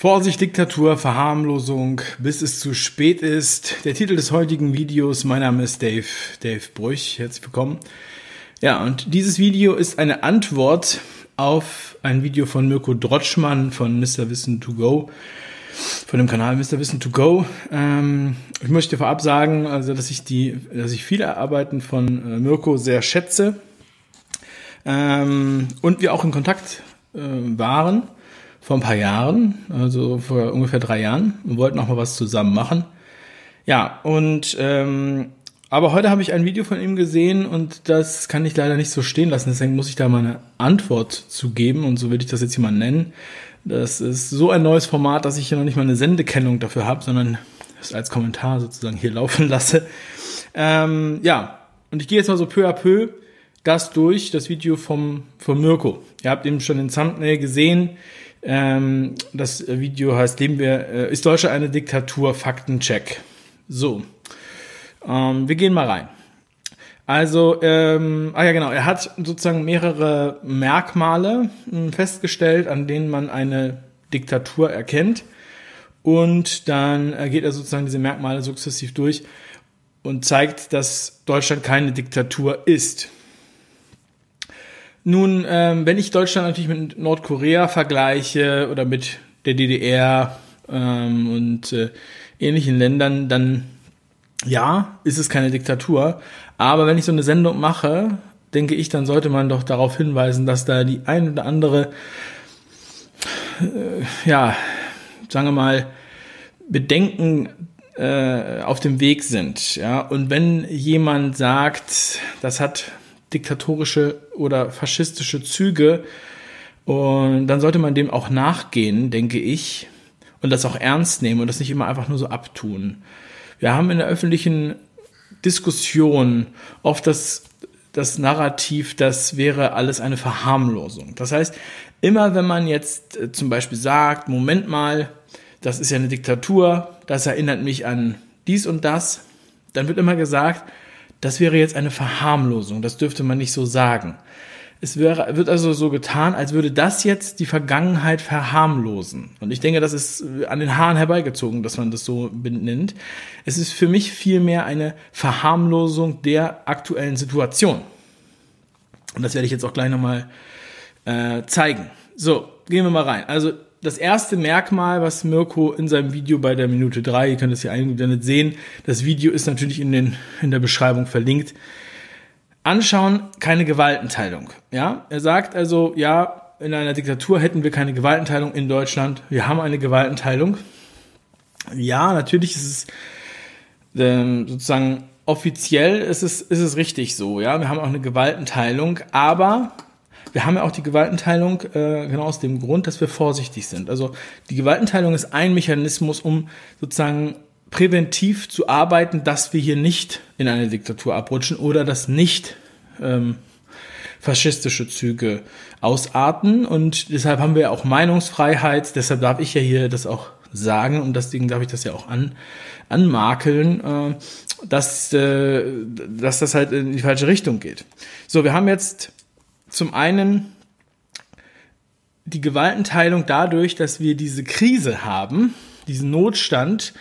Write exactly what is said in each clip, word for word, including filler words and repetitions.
Vorsicht, Diktatur, Verharmlosung, bis es zu spät ist. Der Titel des heutigen Videos, mein Name ist Dave, Dave Brüch, herzlich willkommen. Ja, und dieses Video ist eine Antwort auf ein Video von Mirko Drotschmann von Mister Wissen to Go, von dem Kanal Mister Wissen to Go. Ähm, ich möchte vorab sagen, also, dass ich die, dass ich viele Arbeiten von äh, Mirko sehr schätze ähm, und wir auch in Kontakt äh, waren. Vor ein paar Jahren, also vor ungefähr drei Jahren, und wollten auch mal was zusammen machen. Ja, und ähm, aber heute habe ich ein Video von ihm gesehen und das kann ich leider nicht so stehen lassen, deswegen muss ich da mal eine Antwort zu geben und so würde ich das jetzt hier mal nennen. Das ist so ein neues Format, dass ich hier noch nicht mal eine Sendekennung dafür habe, sondern es als Kommentar sozusagen hier laufen lasse. Ähm, ja, und ich gehe jetzt mal so peu à peu das durch, das Video vom, vom Mirko. Ihr habt eben schon den Thumbnail gesehen. Ähm, das Video heißt, leben wir, äh, ist Deutschland eine Diktatur? Faktencheck. So, ähm, wir gehen mal rein. Also, ähm, ah ja genau, er hat sozusagen mehrere Merkmale mh, festgestellt, an denen man eine Diktatur erkennt. Und dann äh, geht er sozusagen diese Merkmale sukzessiv durch und zeigt, dass Deutschland keine Diktatur ist. Nun, ähm, wenn ich Deutschland natürlich mit Nordkorea vergleiche oder mit der D D R ähm, und äh, ähnlichen Ländern, dann ja, ist es keine Diktatur. Aber wenn ich so eine Sendung mache, denke ich, dann sollte man doch darauf hinweisen, dass da die ein oder andere, äh, ja, sagen wir mal, Bedenken äh, auf dem Weg sind. Ja, und wenn jemand sagt, das hat diktatorische oder faschistische Züge, und dann sollte man dem auch nachgehen, denke ich, und das auch ernst nehmen und das nicht immer einfach nur so abtun. Wir haben in der öffentlichen Diskussion oft das, das Narrativ, das wäre alles eine Verharmlosung. Das heißt, immer wenn man jetzt zum Beispiel sagt, Moment mal, das ist ja eine Diktatur, das erinnert mich an dies und das, dann wird immer gesagt, das wäre jetzt eine Verharmlosung, das dürfte man nicht so sagen. Es wäre, wird also so getan, als würde das jetzt die Vergangenheit verharmlosen. Und ich denke, das ist an den Haaren herbeigezogen, dass man das so benennt. Es ist für mich vielmehr eine Verharmlosung der aktuellen Situation. Und das werde ich jetzt auch gleich nochmal äh, zeigen. So, gehen wir mal rein. Also das erste Merkmal, was Mirko in seinem Video bei der Minute drei, ihr könnt es hier eingeblendet sehen, das Video ist natürlich in, den, in der Beschreibung verlinkt. Anschauen, keine Gewaltenteilung. Ja, er sagt also, ja, in einer Diktatur hätten wir keine Gewaltenteilung in Deutschland. Wir haben eine Gewaltenteilung. Ja, natürlich ist es ähm, sozusagen offiziell ist es, ist es richtig so. Ja, wir haben auch eine Gewaltenteilung, aber wir haben ja auch die Gewaltenteilung äh, genau aus dem Grund, dass wir vorsichtig sind. Also die Gewaltenteilung ist ein Mechanismus, um sozusagen präventiv zu arbeiten, dass wir hier nicht in eine Diktatur abrutschen oder dass nicht ähm, faschistische Züge ausarten. Und deshalb haben wir auch Meinungsfreiheit. Deshalb darf ich ja hier das auch sagen und deswegen darf ich das ja auch an, anmakeln, äh, dass, äh, dass das halt in die falsche Richtung geht. So, wir haben jetzt zum einen die Gewaltenteilung dadurch, dass wir diese Krise haben, diesen Notstand,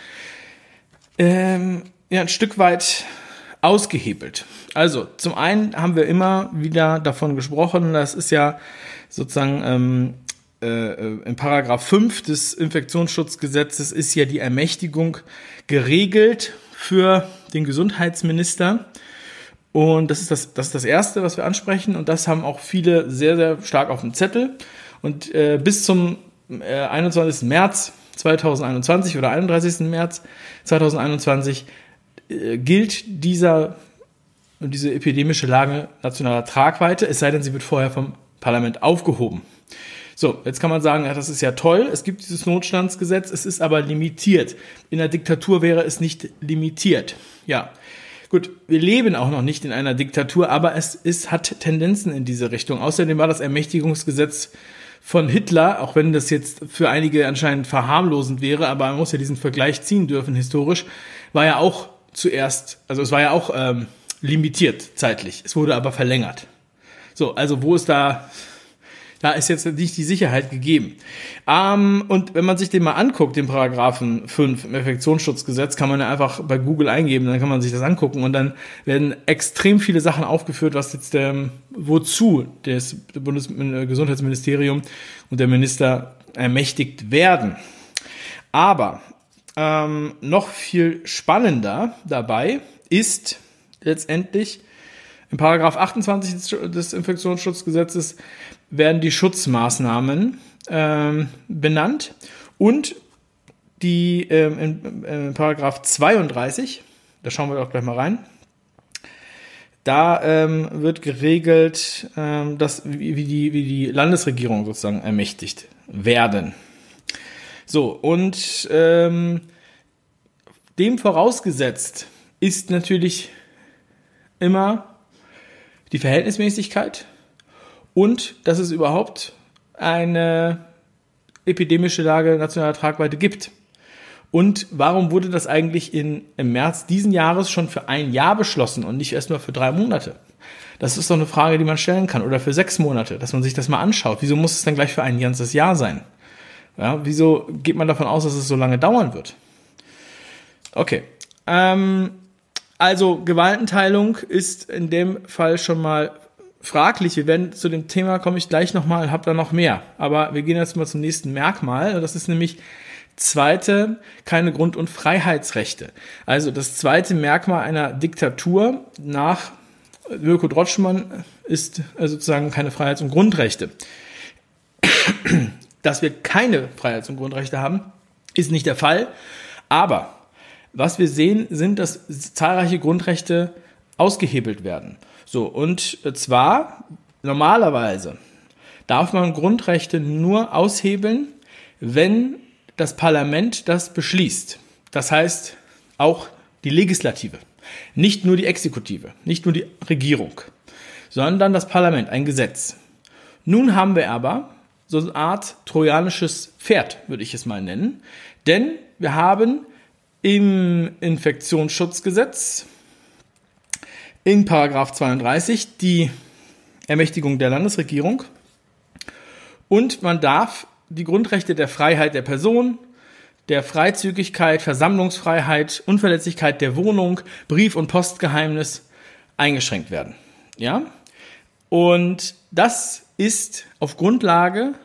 ähm, ja, ein Stück weit ausgehebelt. Also zum einen haben wir immer wieder davon gesprochen, das ist ja sozusagen ähm, äh, in Paragraph fünf des Infektionsschutzgesetzes ist ja die Ermächtigung geregelt für den Gesundheitsminister. Und das ist das, das ist das Erste, was wir ansprechen. Und das haben auch viele sehr, sehr stark auf dem Zettel. Und äh, bis zum äh, einundzwanzigsten März zweitausendeinundzwanzig oder einunddreißigsten März zweitausendeinundzwanzig äh, gilt dieser, diese epidemische Lage nationaler Tragweite, es sei denn, sie wird vorher vom Parlament aufgehoben. So, jetzt kann man sagen, ja, das ist ja toll, es gibt dieses Notstandsgesetz, es ist aber limitiert. In der Diktatur wäre es nicht limitiert. Ja. Gut, wir leben auch noch nicht in einer Diktatur, aber es ist, hat Tendenzen in diese Richtung. Außerdem war das Ermächtigungsgesetz von Hitler, auch wenn das jetzt für einige anscheinend verharmlosend wäre, aber man muss ja diesen Vergleich ziehen dürfen historisch, war ja auch zuerst, also es war ja auch ähm, limitiert zeitlich. Es wurde aber verlängert. So, also wo ist da Da ist jetzt nicht die Sicherheit gegeben. Ähm, und wenn man sich den mal anguckt, den Paragraphen fünf im Infektionsschutzgesetz, kann man ja einfach bei Google eingeben, dann kann man sich das angucken und dann werden extrem viele Sachen aufgeführt, was jetzt der, wozu das Bundesgesundheitsministerium und der Minister ermächtigt werden. Aber ähm, noch viel spannender dabei ist letztendlich im Paragraph achtundzwanzig des Infektionsschutzgesetzes werden die Schutzmaßnahmen ähm, benannt und die ähm, in, in Paragraph zweiunddreißig, da schauen wir doch gleich mal rein, da ähm, wird geregelt, ähm, dass, wie, wie, die, wie die Landesregierung sozusagen ermächtigt werden. So, und ähm, dem vorausgesetzt ist natürlich immer die Verhältnismäßigkeit und dass es überhaupt eine epidemische Lage nationaler Tragweite gibt. Und warum wurde das eigentlich in, im März diesen Jahres schon für ein Jahr beschlossen und nicht erstmal für drei Monate? Das ist doch eine Frage, die man stellen kann. Oder für sechs Monate, dass man sich das mal anschaut. Wieso muss es dann gleich für ein ganzes Jahr sein? Ja, wieso geht man davon aus, dass es so lange dauern wird? Okay. Ähm, also Gewaltenteilung ist in dem Fall schon mal fraglich. Wir werden zu dem Thema, komme ich gleich nochmal, habe da noch mehr. Aber wir gehen jetzt mal zum nächsten Merkmal. Das ist nämlich zweite, keine Grund- und Freiheitsrechte. Also das zweite Merkmal einer Diktatur nach Wilko Drotschmann ist sozusagen keine Freiheits- und Grundrechte. Dass wir keine Freiheits- und Grundrechte haben, ist nicht der Fall. Aber was wir sehen, sind, dass zahlreiche Grundrechte ausgehebelt werden. So, und zwar normalerweise darf man Grundrechte nur aushebeln, wenn das Parlament das beschließt. Das heißt auch die Legislative, nicht nur die Exekutive, nicht nur die Regierung, sondern das Parlament, ein Gesetz. Nun haben wir aber so eine Art trojanisches Pferd, würde ich es mal nennen, denn wir haben im Infektionsschutzgesetz in Paragraph zweiunddreißig die Ermächtigung der Landesregierung und man darf die Grundrechte der Freiheit der Person, der Freizügigkeit, Versammlungsfreiheit, Unverletzlichkeit der Wohnung, Brief- und Postgeheimnis eingeschränkt werden. Ja? Und das ist auf Grundlage,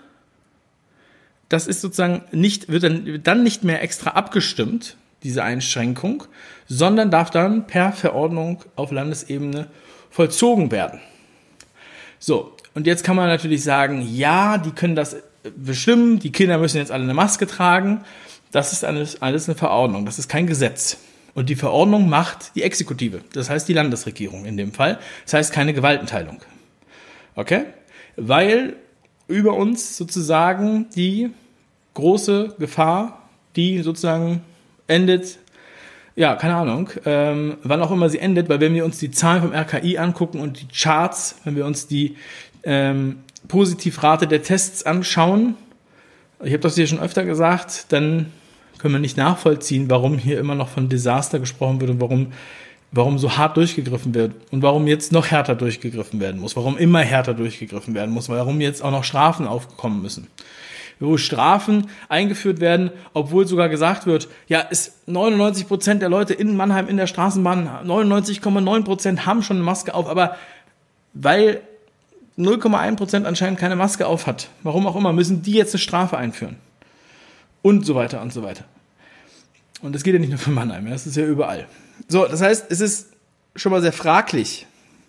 das ist sozusagen nicht, wird dann, wird dann nicht mehr extra abgestimmt, diese Einschränkung, sondern darf dann per Verordnung auf Landesebene vollzogen werden. So, und jetzt kann man natürlich sagen, ja, die können das bestimmen, die Kinder müssen jetzt alle eine Maske tragen. Das ist alles, alles eine Verordnung, das ist kein Gesetz. Und die Verordnung macht die Exekutive, das heißt die Landesregierung in dem Fall. Das heißt keine Gewaltenteilung. Okay? Weil über uns sozusagen die große Gefahr, die sozusagen endet, ja, keine Ahnung, ähm, wann auch immer sie endet, weil wenn wir uns die Zahlen vom R K I angucken und die Charts, wenn wir uns die ähm, Positivrate der Tests anschauen, ich habe das hier schon öfter gesagt, dann können wir nicht nachvollziehen, warum hier immer noch von Desaster gesprochen wird und warum, warum so hart durchgegriffen wird und warum jetzt noch härter durchgegriffen werden muss, warum immer härter durchgegriffen werden muss, warum jetzt auch noch Strafen aufkommen müssen. Wo Strafen eingeführt werden, obwohl sogar gesagt wird, ja, ist neunundneunzig Prozent der Leute in Mannheim in der Straßenbahn, neunundneunzig Komma neun Prozent haben schon eine Maske auf, aber weil null Komma eins Prozent anscheinend keine Maske auf hat, warum auch immer, müssen die jetzt eine Strafe einführen. Und so weiter und so weiter. Und das geht ja nicht nur für Mannheim, das ist ja überall. So, das heißt, es ist schon mal sehr fraglich.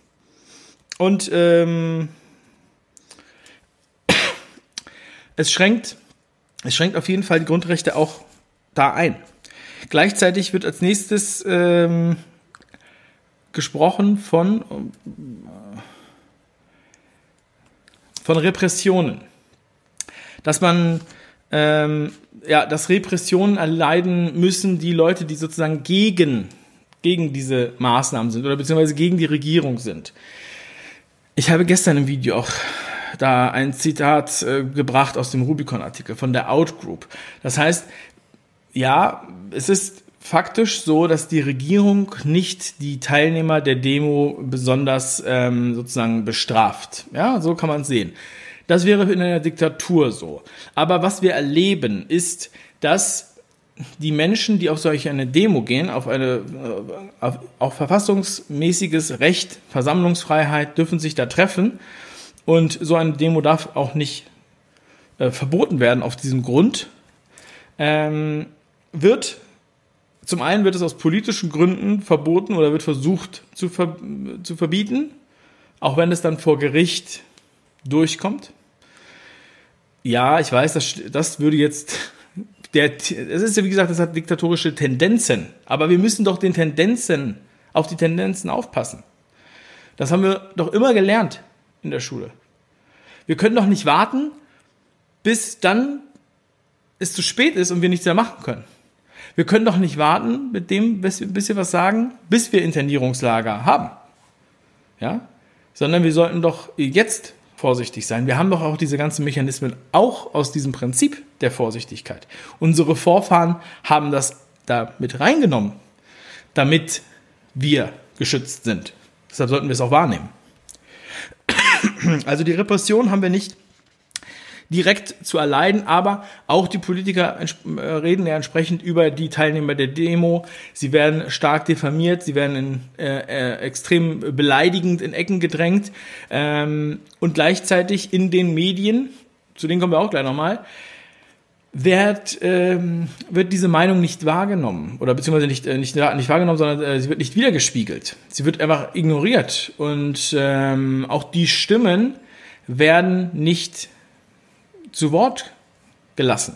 Und ähm, Es schränkt, es schränkt auf jeden Fall die Grundrechte auch da ein. Gleichzeitig wird als nächstes ähm, gesprochen von, von Repressionen. Dass man, ähm, ja, dass Repressionen erleiden müssen die Leute, die sozusagen gegen, gegen diese Maßnahmen sind oder beziehungsweise gegen die Regierung sind. Ich habe gestern im Video auch da ein Zitat äh, gebracht aus dem Rubicon-Artikel von der Outgroup. Das heißt, ja, es ist faktisch so, dass die Regierung nicht die Teilnehmer der Demo besonders ähm, sozusagen bestraft. Ja, so kann man es sehen. Das wäre in einer Diktatur so. Aber was wir erleben, ist, dass die Menschen, die auf solch eine Demo gehen, auf eine auf, auf verfassungsmäßiges Recht, Versammlungsfreiheit, dürfen sich da treffen. Und so eine Demo darf auch nicht äh, verboten werden auf diesem Grund. Ähm, wird Zum einen wird es aus politischen Gründen verboten oder wird versucht zu, ver- zu verbieten, auch wenn es dann vor Gericht durchkommt. Ja, ich weiß, das, das würde jetzt, der, es ist ja wie gesagt, das hat diktatorische Tendenzen, aber wir müssen doch den Tendenzen, auf die Tendenzen aufpassen. Das haben wir doch immer gelernt in der Schule. Wir können doch nicht warten, bis dann es zu spät ist und wir nichts mehr machen können. Wir können doch nicht warten mit dem, bis, bis wir was sagen, bis wir Internierungslager haben. Ja? Sondern wir sollten doch jetzt vorsichtig sein. Wir haben doch auch diese ganzen Mechanismen auch aus diesem Prinzip der Vorsichtigkeit. Unsere Vorfahren haben das da mit reingenommen, damit wir geschützt sind. Deshalb sollten wir es auch wahrnehmen. Also die Repression haben wir nicht direkt zu erleiden, aber auch die Politiker reden ja entsprechend über die Teilnehmer der Demo. Sie werden stark diffamiert, sie werden in, äh, äh, extrem beleidigend in Ecken gedrängt ähm, und gleichzeitig in den Medien, zu denen kommen wir auch gleich nochmal, wird, ähm, wird diese Meinung nicht wahrgenommen oder beziehungsweise nicht, äh, nicht, nicht wahrgenommen, sondern äh, sie wird nicht wiedergespiegelt. Sie wird einfach ignoriert und ähm, auch die Stimmen werden nicht zu Wort gelassen.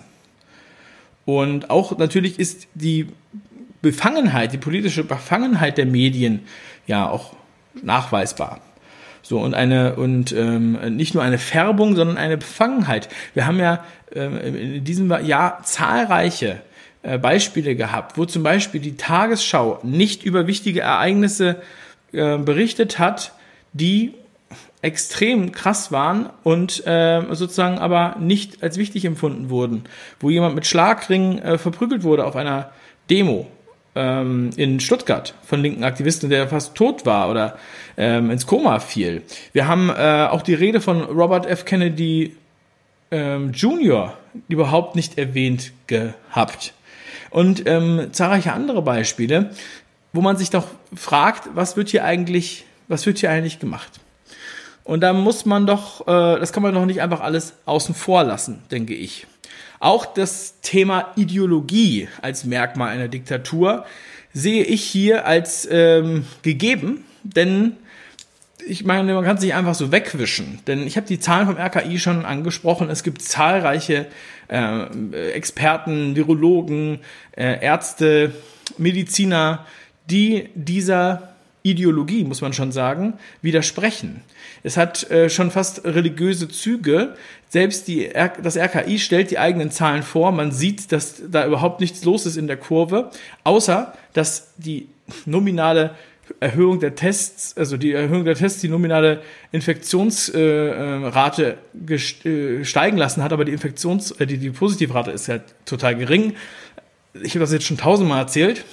Und auch natürlich ist die Befangenheit, die politische Befangenheit der Medien ja auch nachweisbar. So, und eine, und ähm, nicht nur eine Färbung, sondern eine Befangenheit. Wir haben ja ähm, in diesem Jahr zahlreiche äh, Beispiele gehabt, wo zum Beispiel die Tagesschau nicht über wichtige Ereignisse äh, berichtet hat, die extrem krass waren und äh, sozusagen aber nicht als wichtig empfunden wurden, wo jemand mit Schlagringen äh, verprügelt wurde auf einer Demo ähm, in Stuttgart von linken Aktivisten, der fast tot war oder ähm, ins Koma fiel. Wir haben äh, auch die Rede von Robert F. Kennedy ähm, Junior überhaupt nicht erwähnt gehabt. Und ähm, zahlreiche andere Beispiele, wo man sich doch fragt, was wird hier eigentlich, was wird hier eigentlich gemacht? Und da muss man doch, äh, das kann man doch nicht einfach alles außen vor lassen, denke ich. Auch das Thema Ideologie als Merkmal einer Diktatur sehe ich hier als ähm, gegeben, denn ich meine, man kann es nicht einfach so wegwischen, denn ich habe die Zahlen vom R K I schon angesprochen. Es gibt zahlreiche äh, Experten, Virologen, äh, Ärzte, Mediziner, die dieser Ideologie, muss man schon sagen, widersprechen. Es hat äh, schon fast religiöse Züge. Selbst die R- das R K I stellt die eigenen Zahlen vor. Man sieht, dass da überhaupt nichts los ist in der Kurve, außer dass die nominale Erhöhung der Tests, also die Erhöhung der Tests, die nominale Infektionsrate äh, gest- äh, steigen lassen hat, aber die Infektions, äh, die, die Positivrate ist halt total gering. Ich habe das jetzt schon tausendmal erzählt.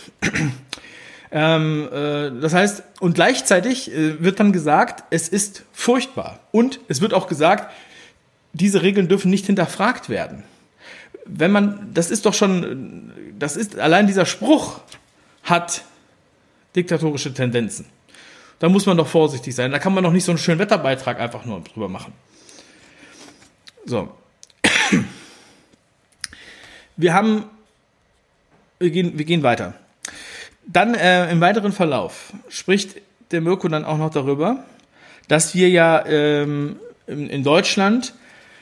Ähm, äh, das heißt, und gleichzeitig äh, wird dann gesagt, es ist furchtbar. Und es wird auch gesagt, diese Regeln dürfen nicht hinterfragt werden. Wenn man, das ist doch schon, das ist, allein dieser Spruch hat diktatorische Tendenzen. Da muss man doch vorsichtig sein. Da kann man doch nicht so einen schönen Wetterbeitrag einfach nur drüber machen. So. Wir haben, wir gehen, wir gehen weiter. Dann äh, im weiteren Verlauf spricht der Mirko dann auch noch darüber, dass wir ja ähm, in, in Deutschland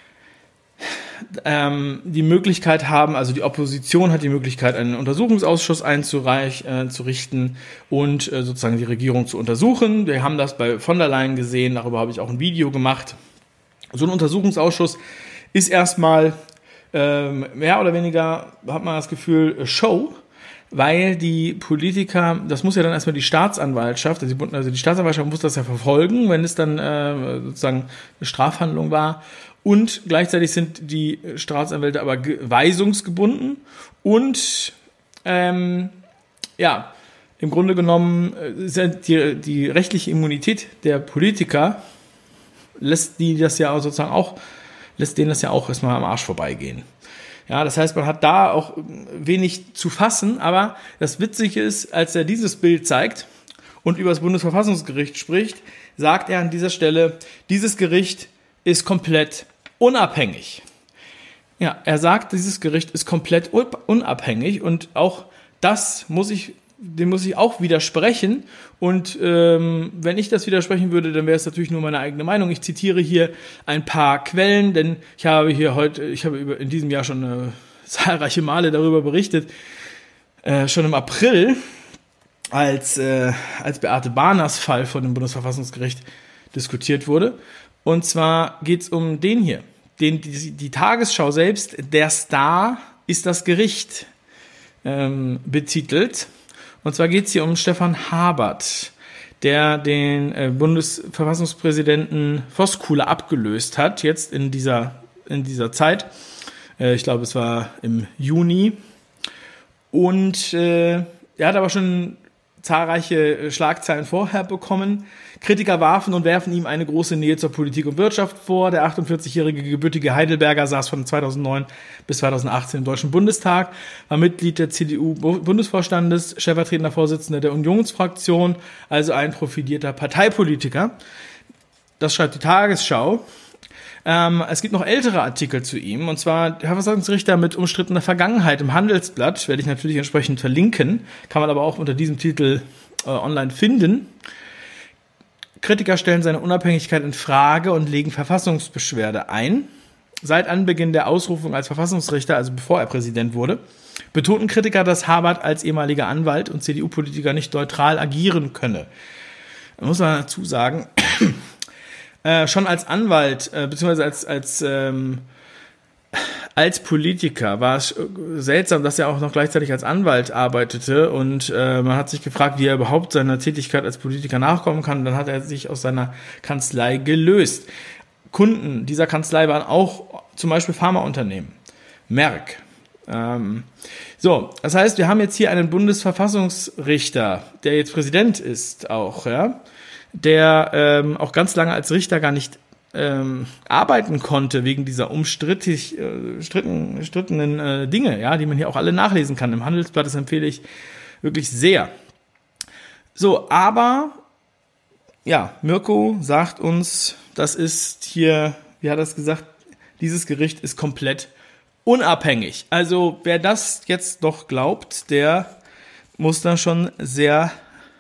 ähm, die Möglichkeit haben, also die Opposition hat die Möglichkeit, einen Untersuchungsausschuss einzurichten äh, und äh, sozusagen die Regierung zu untersuchen. Wir haben das bei von der Leyen gesehen, darüber habe ich auch ein Video gemacht. So ein Untersuchungsausschuss ist erstmal ähm, mehr oder weniger, hat man das Gefühl, Show, weil die Politiker, das muss ja dann erstmal die Staatsanwaltschaft, also die, also die Staatsanwaltschaft muss das ja verfolgen, wenn es dann äh, sozusagen eine Strafhandlung war. Und gleichzeitig sind die Staatsanwälte aber weisungsgebunden und ähm, ja, im Grunde genommen sind die, die rechtliche Immunität der Politiker lässt die das ja sozusagen auch lässt denen das ja auch erstmal am Arsch vorbeigehen. Ja, das heißt, man hat da auch wenig zu fassen, aber das Witzige ist, als er dieses Bild zeigt und über das Bundesverfassungsgericht spricht, sagt er an dieser Stelle, dieses Gericht ist komplett unabhängig. Ja, er sagt, dieses Gericht ist komplett unabhängig und auch das muss ich, dem muss ich auch widersprechen. Und ähm, wenn ich das widersprechen würde, dann wäre es natürlich nur meine eigene Meinung. Ich zitiere hier ein paar Quellen, denn ich habe hier heute, ich habe über, in diesem Jahr schon äh, zahlreiche Male darüber berichtet, äh, schon im April, als, äh, als Beate Bahners Fall vor dem Bundesverfassungsgericht diskutiert wurde. Und zwar geht es um den hier. Den, die, die Tagesschau selbst, der Star ist das Gericht, ähm, betitelt. Und zwar geht es hier um Stefan Habert, der den äh, Bundesverfassungspräsidenten Voskuhle abgelöst hat, jetzt in dieser, in dieser Zeit. Äh, ich glaube, es war im Juni. Und äh, er hat aber schon zahlreiche Schlagzeilen vorher bekommen. Kritiker warfen und werfen ihm eine große Nähe zur Politik und Wirtschaft vor. Der achtundvierzigjährige gebürtige Heidelberger saß von zweitausendneun bis zweitausendachtzehn im Deutschen Bundestag, war Mitglied der C D U-Bundesvorstandes, stellvertretender Vorsitzender der Unionsfraktion, also ein profilierter Parteipolitiker. Das schreibt die Tagesschau. Ähm, es gibt noch ältere Artikel zu ihm, und zwar der Verfassungsrichter mit umstrittener Vergangenheit im Handelsblatt, werde ich natürlich entsprechend verlinken, kann man aber auch unter diesem Titel äh, online finden. Kritiker stellen seine Unabhängigkeit in Frage und legen Verfassungsbeschwerde ein. Seit Anbeginn der Ausrufung als Verfassungsrichter, also bevor er Präsident wurde, betonten Kritiker, dass Habert als ehemaliger Anwalt und C D U-Politiker nicht neutral agieren könne. Da muss man dazu sagen, äh, schon als Anwalt, äh, beziehungsweise als, als, ähm, als Politiker war es seltsam, dass er auch noch gleichzeitig als Anwalt arbeitete, und äh, man hat sich gefragt, wie er überhaupt seiner Tätigkeit als Politiker nachkommen kann. Dann hat er sich aus seiner Kanzlei gelöst. Kunden dieser Kanzlei waren auch zum Beispiel Pharmaunternehmen, Merck. Ähm, so, das heißt, wir haben jetzt hier einen Bundesverfassungsrichter, der jetzt Präsident ist auch, ja, der ähm, auch ganz lange als Richter gar nicht ähm, arbeiten konnte wegen dieser umstrittig äh, stritten, strittenen äh, Dinge, ja, die man hier auch alle nachlesen kann. Im Handelsblatt, das empfehle ich wirklich sehr. So, aber ja, Mirko sagt uns, das ist hier, wie hat er es gesagt, dieses Gericht ist komplett unabhängig. Also wer das jetzt noch glaubt, der muss da schon sehr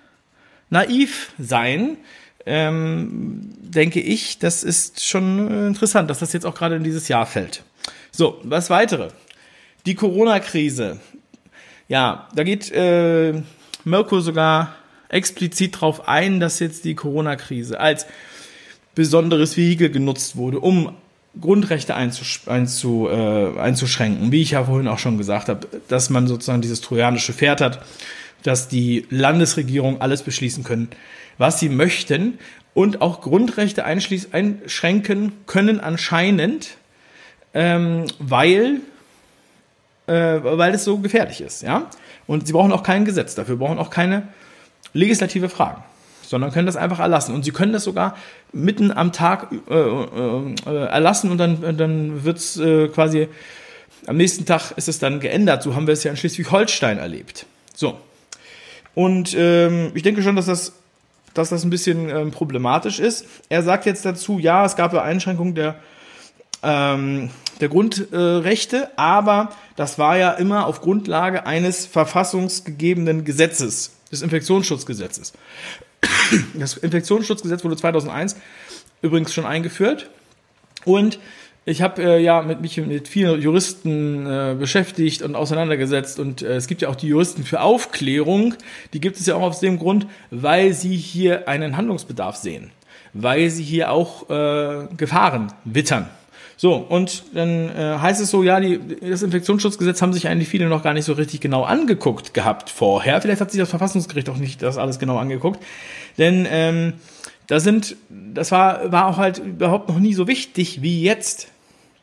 naiv sein, ähm, denke ich. Das ist schon interessant, dass das jetzt auch gerade in dieses Jahr fällt. So, was weitere? Die Corona-Krise. Ja, da geht äh, Mirko sogar explizit darauf ein, dass jetzt die Corona-Krise als besonderes Vehikel genutzt wurde, um Grundrechte einzusch- einzu, äh, einzuschränken. Wie ich ja vorhin auch schon gesagt habe, dass man sozusagen dieses trojanische Pferd hat, dass die Landesregierung alles beschließen können, was sie möchten, und auch Grundrechte einschließ- einschränken können anscheinend, ähm, weil, äh, weil es so gefährlich ist. Ja? Und sie brauchen auch kein Gesetz dafür, brauchen auch keine legislative Fragen, sondern können das einfach erlassen. Und sie können das sogar mitten am Tag äh, äh, erlassen, und dann, dann wird es äh, quasi, am nächsten Tag ist es dann geändert. So haben wir es ja in Schleswig-Holstein erlebt. So. Und ähm, ich denke schon, dass das, dass das ein bisschen ähm, problematisch ist. Er sagt jetzt dazu, ja, es gab ja Einschränkungen der, ähm, der Grundrechte, aber das war ja immer auf Grundlage eines verfassungsgegebenen Gesetzes, des Infektionsschutzgesetzes. Das Infektionsschutzgesetz wurde zweitausendeins übrigens schon eingeführt, und ich habe äh, ja mit mich mit vielen Juristen äh, beschäftigt und auseinandergesetzt, und äh, es gibt ja auch die Juristen für Aufklärung, die gibt es ja auch aus dem Grund, weil sie hier einen Handlungsbedarf sehen, weil sie hier auch äh, Gefahren wittern. So, und dann äh, heißt es so, ja, die, das Infektionsschutzgesetz haben sich eigentlich viele noch gar nicht so richtig genau angeguckt gehabt vorher. Vielleicht hat sich das Verfassungsgericht auch nicht das alles genau angeguckt, denn ähm, das sind, das war, war auch halt überhaupt noch nie so wichtig wie jetzt.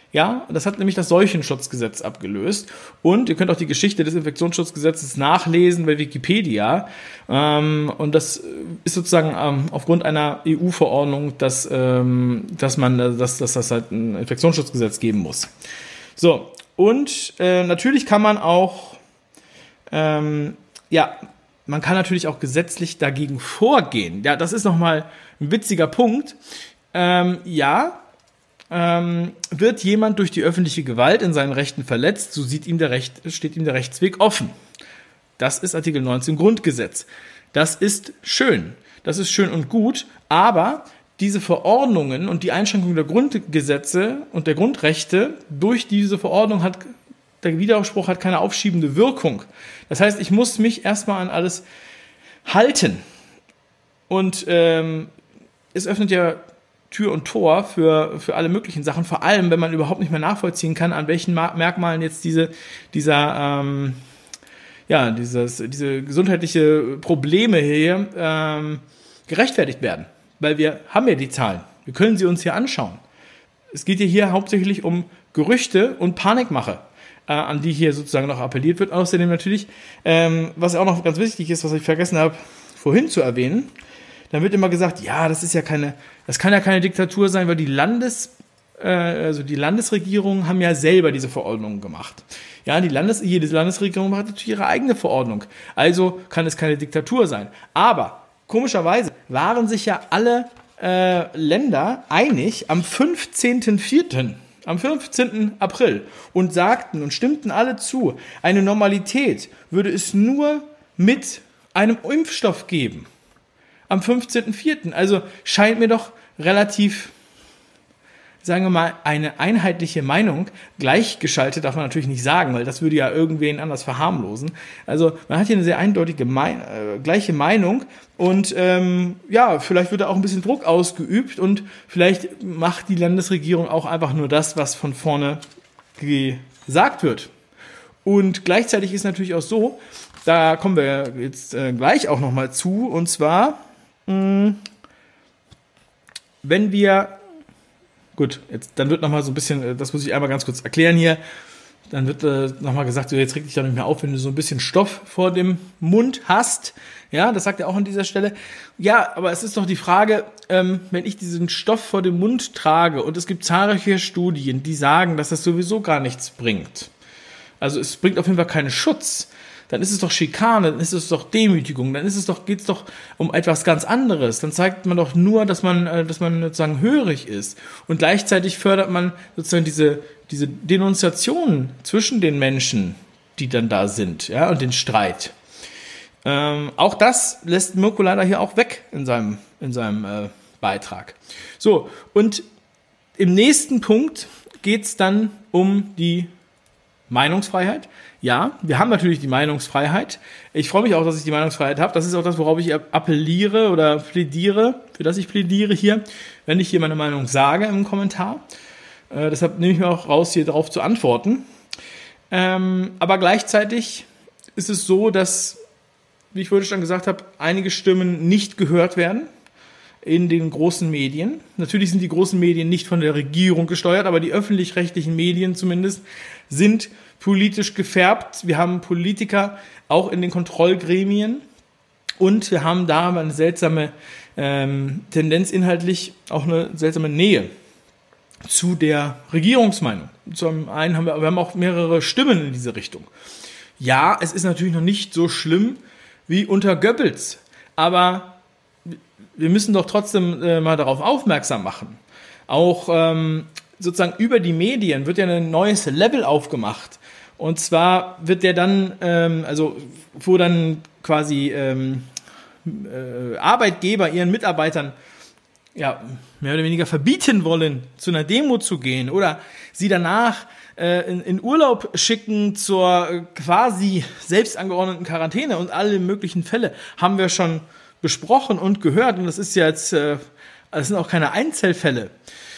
Ja, das hat nämlich das Seuchenschutzgesetz abgelöst. Und ihr könnt auch die Geschichte des Infektionsschutzgesetzes nachlesen bei Wikipedia. Ähm, und das ist sozusagen ähm, aufgrund einer E U-Verordnung, dass, ähm, dass man, dass, dass das halt ein Infektionsschutzgesetz geben muss. So, und äh, natürlich kann man auch, ähm, ja, man kann natürlich auch gesetzlich dagegen vorgehen. Ja, das ist nochmal ein witziger Punkt. Ähm, ja, Ähm, wird jemand durch die öffentliche Gewalt in seinen Rechten verletzt, so sieht ihm der Recht, steht ihm der Rechtsweg offen. Das ist Artikel neunzehn Grundgesetz. Das ist schön. Das ist schön und gut, aber diese Verordnungen und die Einschränkung der Grundgesetze und der Grundrechte durch diese Verordnung hat, der Widerspruch hat keine aufschiebende Wirkung. Das heißt, ich muss mich erstmal an alles halten. Und ähm, es öffnet ja Tür und Tor für, für alle möglichen Sachen, vor allem, wenn man überhaupt nicht mehr nachvollziehen kann, an welchen Merkmalen jetzt diese, dieser, ähm, ja, dieses, diese gesundheitliche Probleme hier ähm, gerechtfertigt werden. Weil wir haben ja die Zahlen. Wir können sie uns hier anschauen. Es geht ja hier hauptsächlich um Gerüchte und Panikmache, äh, an die hier sozusagen noch appelliert wird. Außerdem natürlich, ähm, was auch noch ganz wichtig ist, was ich vergessen habe, vorhin zu erwähnen, dann wird immer gesagt, ja, das ist ja keine, das kann ja keine Diktatur sein, weil die Landes, äh, also die Landesregierungen haben ja selber diese Verordnungen gemacht. Ja, die Landes, jede Landesregierung hat natürlich ihre eigene Verordnung. Also kann es keine Diktatur sein. Aber komischerweise waren sich ja alle äh, Länder einig am fünfzehnten vierten am fünfzehnten April und sagten und stimmten alle zu, eine Normalität würde es nur mit einem Impfstoff geben. Am fünfzehnten vierten Also scheint mir doch relativ, sagen wir mal, eine einheitliche Meinung, gleichgeschaltet darf man natürlich nicht sagen, weil das würde ja irgendwen anders verharmlosen. Also man hat hier eine sehr eindeutige Mein- äh, gleiche Meinung und ähm, ja, vielleicht wird da auch ein bisschen Druck ausgeübt und vielleicht macht die Landesregierung auch einfach nur das, was von vorne gesagt wird. Und gleichzeitig ist natürlich auch so, da kommen wir jetzt äh, gleich auch nochmal zu, und zwar wenn wir, gut, jetzt, dann wird nochmal so ein bisschen, das muss ich einmal ganz kurz erklären hier, dann wird äh, nochmal gesagt, so, jetzt reg dich doch nicht mehr auf, wenn du so ein bisschen Stoff vor dem Mund hast. Ja, das sagt er auch an dieser Stelle. Ja, aber es ist doch die Frage, ähm, wenn ich diesen Stoff vor dem Mund trage und es gibt zahlreiche Studien, die sagen, dass das sowieso gar nichts bringt. Also es bringt auf jeden Fall keinen Schutz. Dann ist es doch Schikane, dann ist es doch Demütigung, dann ist es doch, geht's doch um etwas ganz anderes. Dann zeigt man doch nur, dass man, dass man sozusagen hörig ist. Und gleichzeitig fördert man sozusagen diese, diese Denunziationen zwischen den Menschen, die dann da sind, ja, und den Streit. Ähm, auch das lässt Mirko leider hier auch weg in seinem, in seinem äh, Beitrag. So, und im nächsten Punkt geht's dann um die Meinungsfreiheit. Ja, wir haben natürlich die Meinungsfreiheit. Ich freue mich auch, dass ich die Meinungsfreiheit habe. Das ist auch das, worauf ich appelliere oder plädiere, für das ich plädiere hier, wenn ich hier meine Meinung sage im Kommentar. Äh, deshalb nehme ich mir auch raus, hier darauf zu antworten. Ähm, aber gleichzeitig ist es so, dass, wie ich vorhin schon gesagt habe, einige Stimmen nicht gehört werden in den großen Medien. Natürlich sind die großen Medien nicht von der Regierung gesteuert, aber die öffentlich-rechtlichen Medien zumindest sind politisch gefärbt. Wir haben Politiker auch in den Kontrollgremien und wir haben da eine seltsame ähm, Tendenz inhaltlich, auch eine seltsame Nähe zu der Regierungsmeinung. Zum einen haben wir, wir haben auch mehrere Stimmen in diese Richtung. Ja, es ist natürlich noch nicht so schlimm wie unter Goebbels, aber wir müssen doch trotzdem äh, mal darauf aufmerksam machen. Auch ähm, sozusagen über die Medien wird ja ein neues Level aufgemacht. Und zwar wird der dann, ähm, also wo dann quasi ähm, äh, Arbeitgeber ihren Mitarbeitern ja mehr oder weniger verbieten wollen, zu einer Demo zu gehen oder sie danach äh, in, in Urlaub schicken zur äh, quasi selbst angeordneten Quarantäne und alle möglichen Fälle haben wir schon besprochen und gehört. Und das ist ja jetzt, äh, das sind auch keine Einzelfälle.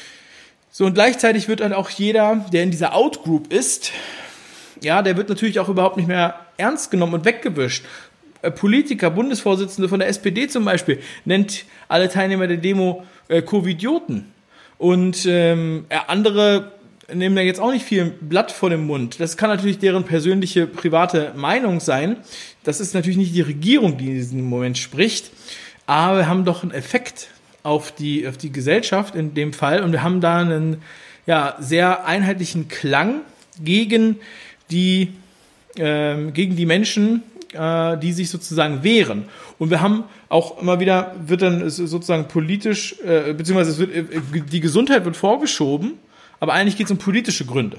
So, und gleichzeitig wird dann auch jeder, der in dieser Outgroup ist, ja, der wird natürlich auch überhaupt nicht mehr ernst genommen und weggewischt. Äh, Politiker, Bundesvorsitzende von der S P D zum Beispiel, nennt alle Teilnehmer der Demo äh, Covidioten. Und ähm, andere nehmen da jetzt auch nicht viel Blatt vor den Mund. Das kann natürlich deren persönliche, private Meinung sein. Das ist natürlich nicht die Regierung, die in diesem Moment spricht, aber wir haben doch einen Effekt auf die, auf die Gesellschaft in dem Fall und wir haben da einen ja, sehr einheitlichen Klang gegen die, äh, gegen die Menschen, äh, die sich sozusagen wehren. Und wir haben auch immer wieder, wird dann sozusagen politisch, äh, beziehungsweise es wird, äh, die Gesundheit wird vorgeschoben, aber eigentlich geht es um politische Gründe.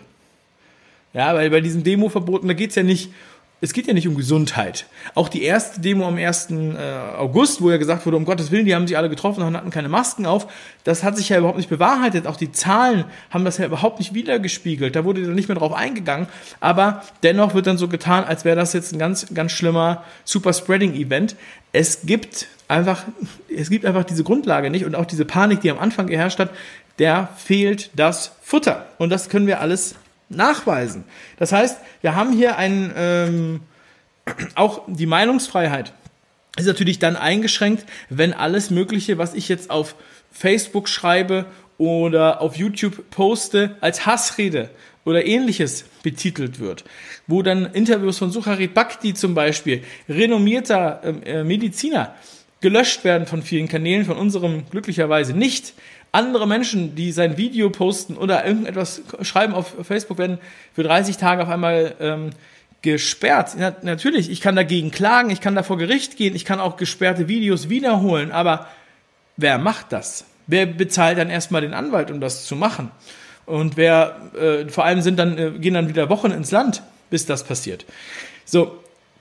Ja, weil bei diesen Demoverboten, da geht's ja nicht, es geht ja nicht um Gesundheit. Auch die erste Demo am ersten August, wo ja gesagt wurde, um Gottes Willen, die haben sich alle getroffen und hatten keine Masken auf, das hat sich ja überhaupt nicht bewahrheitet. Auch die Zahlen haben das ja überhaupt nicht wiedergespiegelt. Da wurde dann nicht mehr drauf eingegangen. Aber dennoch wird dann so getan, als wäre das jetzt ein ganz, ganz schlimmer Super-Spreading-Event. Es gibt einfach, es gibt einfach diese Grundlage nicht und auch diese Panik, die am Anfang geherrscht hat, der fehlt das Futter. Und das können wir alles nachweisen. Das heißt, wir haben hier ein, ähm, auch die Meinungsfreiheit ist natürlich dann eingeschränkt, wenn alles Mögliche, was ich jetzt auf Facebook schreibe oder auf YouTube poste, als Hassrede oder Ähnliches betitelt wird. Wo dann Interviews von Sucharit Bhakti zum Beispiel, renommierter äh, Mediziner, gelöscht werden von vielen Kanälen, von unserem glücklicherweise nicht. Andere Menschen, die sein Video posten oder irgendetwas schreiben auf Facebook, werden für dreißig Tage auf einmal ähm, gesperrt. Ja, natürlich, ich kann dagegen klagen, ich kann da vor Gericht gehen, ich kann auch gesperrte Videos wiederholen, aber wer macht das? Wer bezahlt dann erstmal den Anwalt, um das zu machen? Und wer, äh, vor allem sind dann, äh, gehen dann wieder Wochen ins Land, bis das passiert. So.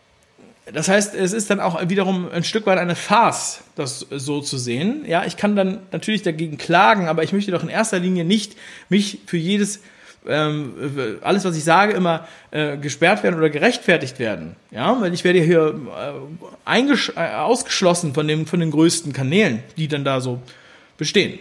Das heißt, es ist dann auch wiederum ein Stück weit eine Farce, das so zu sehen. Ja, ich kann dann natürlich dagegen klagen, aber ich möchte doch in erster Linie nicht mich für jedes, ähm, alles, was ich sage, immer äh, gesperrt werden oder gerechtfertigt werden. Ja, weil ich werde hier äh, eingesch- äh, ausgeschlossen von dem, von den größten Kanälen, die dann da so bestehen.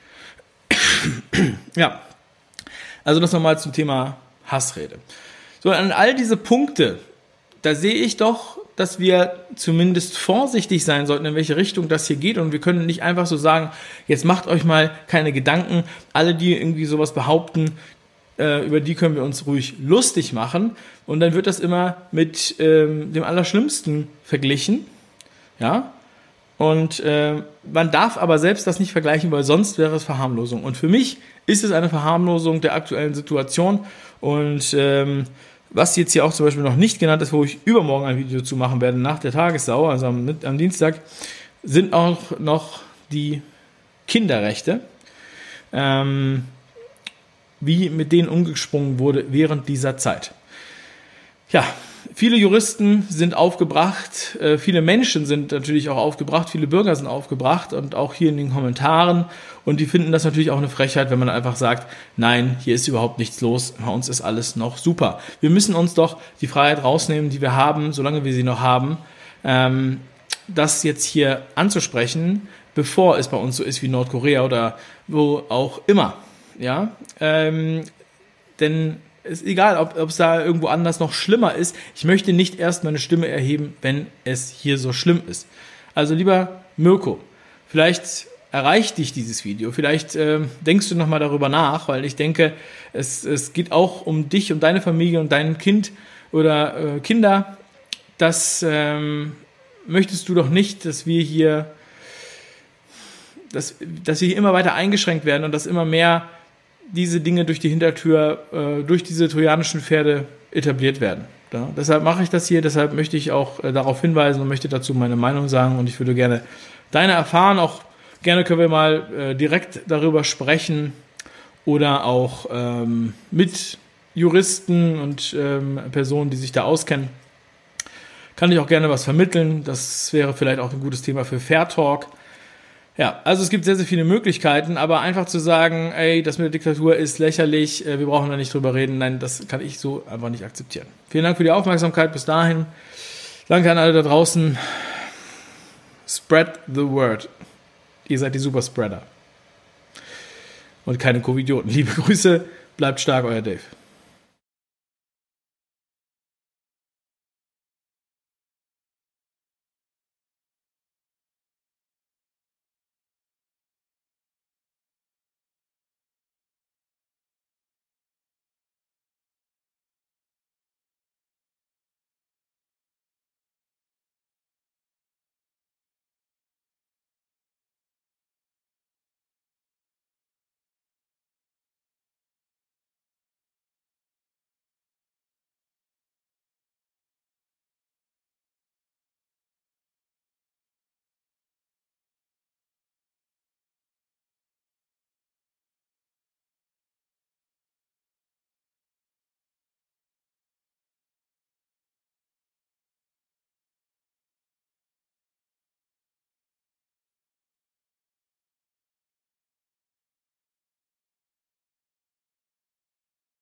Ja, also das nochmal zum Thema Hassrede. So, an all diese Punkte, da sehe ich doch, dass wir zumindest vorsichtig sein sollten, in welche Richtung das hier geht. Und wir können nicht einfach so sagen, jetzt macht euch mal keine Gedanken. Alle, die irgendwie sowas behaupten, äh, über die können wir uns ruhig lustig machen. Und dann wird das immer mit ähm, dem Allerschlimmsten verglichen. Ja. Und äh, man darf aber selbst das nicht vergleichen, weil sonst wäre es Verharmlosung. Und für mich ist es eine Verharmlosung der aktuellen Situation. Und ähm, was jetzt hier auch zum Beispiel noch nicht genannt ist, wo ich übermorgen ein Video zu machen werde, nach der Tagessau, also am, am Dienstag, sind auch noch die Kinderrechte, ähm, wie mit denen umgesprungen wurde während dieser Zeit. Ja, viele Juristen sind aufgebracht, äh, viele Menschen sind natürlich auch aufgebracht, viele Bürger sind aufgebracht und auch hier in den Kommentaren. Und die finden das natürlich auch eine Frechheit, wenn man einfach sagt, nein, hier ist überhaupt nichts los, bei uns ist alles noch super. Wir müssen uns doch die Freiheit rausnehmen, die wir haben, solange wir sie noch haben, ähm, das jetzt hier anzusprechen, bevor es bei uns so ist wie Nordkorea oder wo auch immer. Ja, ähm, denn ist egal, ob es da irgendwo anders noch schlimmer ist. Ich möchte nicht erst meine Stimme erheben, wenn es hier so schlimm ist. Also lieber Mirko, vielleicht erreicht dich dieses Video. Vielleicht äh, denkst du nochmal darüber nach, weil ich denke, es, es geht auch um dich, um deine Familie und dein Kind oder äh, Kinder. Das ähm, möchtest du doch nicht, dass wir hier, dass, dass wir hier immer weiter eingeschränkt werden und dass immer mehr diese Dinge durch die Hintertür, äh, durch diese trojanischen Pferde etabliert werden. Ja? Deshalb mache ich das hier, deshalb möchte ich auch äh, darauf hinweisen und möchte dazu meine Meinung sagen und ich würde gerne deine erfahren, auch gerne können wir mal äh, direkt darüber sprechen oder auch ähm, mit Juristen und ähm, Personen, die sich da auskennen. Kann ich auch gerne was vermitteln. Das wäre vielleicht auch ein gutes Thema für Fair Talk. Ja, also es gibt sehr, sehr viele Möglichkeiten, aber einfach zu sagen, ey, das mit der Diktatur ist lächerlich, äh, wir brauchen da nicht drüber reden, nein, das kann ich so einfach nicht akzeptieren. Vielen Dank für die Aufmerksamkeit, bis dahin. Danke an alle da draußen. Spread the word. Ihr seid die Superspreader. Und keine Covidioten. Liebe Grüße, bleibt stark, euer Dave.